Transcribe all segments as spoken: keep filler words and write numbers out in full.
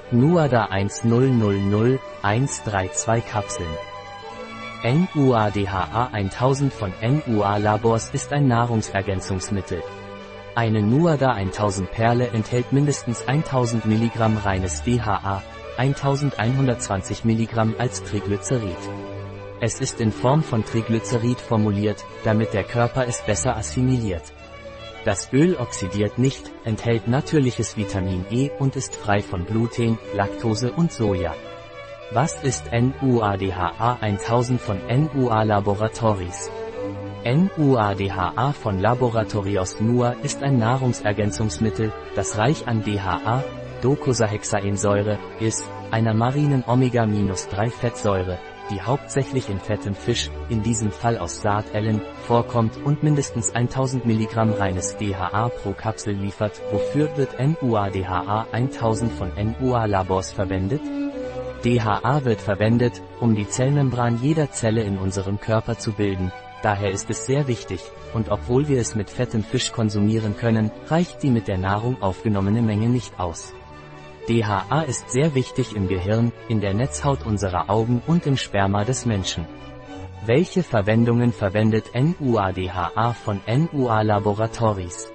Nuada hundertzehn hundertzweiundreißig Kapseln. Nuada tausend von Nua Labors ist ein Nahrungsergänzungsmittel. Eine Nuada tausend Perle enthält mindestens tausend Milligramm reines D H A, elfhundertzwanzig Milligramm als Triglycerid. Es ist in Form von Triglycerid formuliert, damit der Körper es besser assimiliert. Das Öl oxidiert nicht, enthält natürliches Vitamin E und ist frei von Gluten, Laktose und Soja. Was ist Nuada tausend von Nua Laboratories? Nuada von Laboratorios Nua ist ein Nahrungsergänzungsmittel, das reich an D H A, Docosahexaensäure, ist, einer marinen Omega drei Fettsäure, die hauptsächlich in fettem Fisch, in diesem Fall aus Sardellen, vorkommt und mindestens tausend Milligramm reines D H A pro Kapsel liefert. Wofür wird Nuada tausend von Nua Labors verwendet? D H A wird verwendet, um die Zellmembran jeder Zelle in unserem Körper zu bilden. Daher ist es sehr wichtig, und obwohl wir es mit fettem Fisch konsumieren können, reicht die mit der Nahrung aufgenommene Menge nicht aus. D H A ist sehr wichtig im Gehirn, in der Netzhaut unserer Augen und im Sperma des Menschen. Welche Verwendungen verwendet Nuada von Nua Laboratories?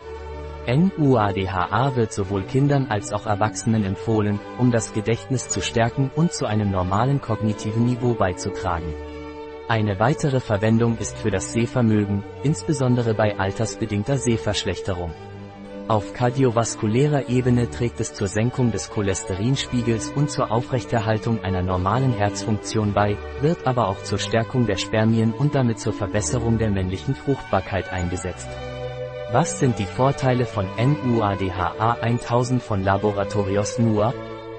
Nuada wird sowohl Kindern als auch Erwachsenen empfohlen, um das Gedächtnis zu stärken und zu einem normalen kognitiven Niveau beizutragen. Eine weitere Verwendung ist für das Sehvermögen, insbesondere bei altersbedingter Sehverschlechterung. Auf kardiovaskulärer Ebene trägt es zur Senkung des Cholesterinspiegels und zur Aufrechterhaltung einer normalen Herzfunktion bei, wird aber auch zur Stärkung der Spermien und damit zur Verbesserung der männlichen Fruchtbarkeit eingesetzt. Was sind die Vorteile von Nuada tausend von Laboratorios Nua?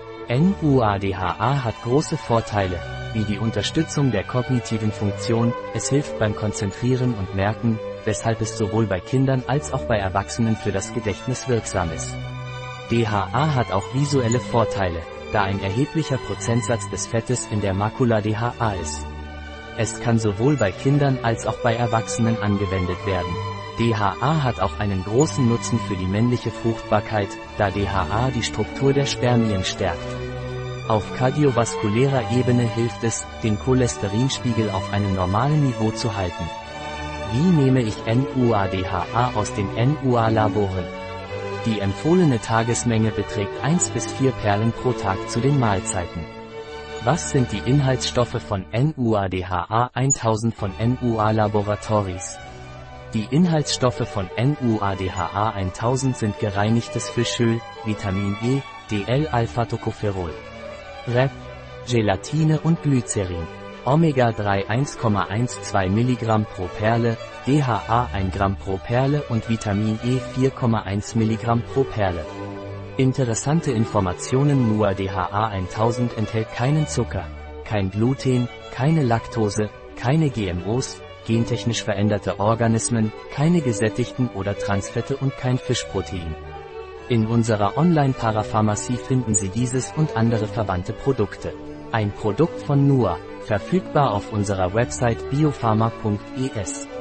Nuada hat große Vorteile, wie die Unterstützung der kognitiven Funktion, es hilft beim Konzentrieren und Merken, weshalb es sowohl bei Kindern als auch bei Erwachsenen für das Gedächtnis wirksam ist. D H A hat auch visuelle Vorteile, da ein erheblicher Prozentsatz des Fettes in der Makula D H A ist. Es kann sowohl bei Kindern als auch bei Erwachsenen angewendet werden. D H A hat auch einen großen Nutzen für die männliche Fruchtbarkeit, da D H A die Struktur der Spermien stärkt. Auf kardiovaskulärer Ebene hilft es, den Cholesterinspiegel auf einem normalen Niveau zu halten. Wie nehme ich Nuada aus den Nua-Laboren? Die empfohlene Tagesmenge beträgt eins bis vier Perlen pro Tag zu den Mahlzeiten. Was sind die Inhaltsstoffe von Nuada tausend von Nua Laboratories? Die Inhaltsstoffe von Nuada tausend sind gereinigtes Fischöl, Vitamin E, D L-Alpha-Tocopherol, R E P, Gelatine und Glycerin. Omega drei eins Komma zwölf Milligramm pro Perle, D H A ein Gramm pro Perle und Vitamin E vier Komma eins Milligramm pro Perle. Interessante Informationen: Nuada tausend enthält keinen Zucker, kein Gluten, keine Laktose, keine G M Os, gentechnisch veränderte Organismen, keine gesättigten oder Transfette und kein Fischprotein. In unserer Online-Parapharmacie finden Sie dieses und andere verwandte Produkte. Ein Produkt von Nua, verfügbar auf unserer Website biopharma punkt es.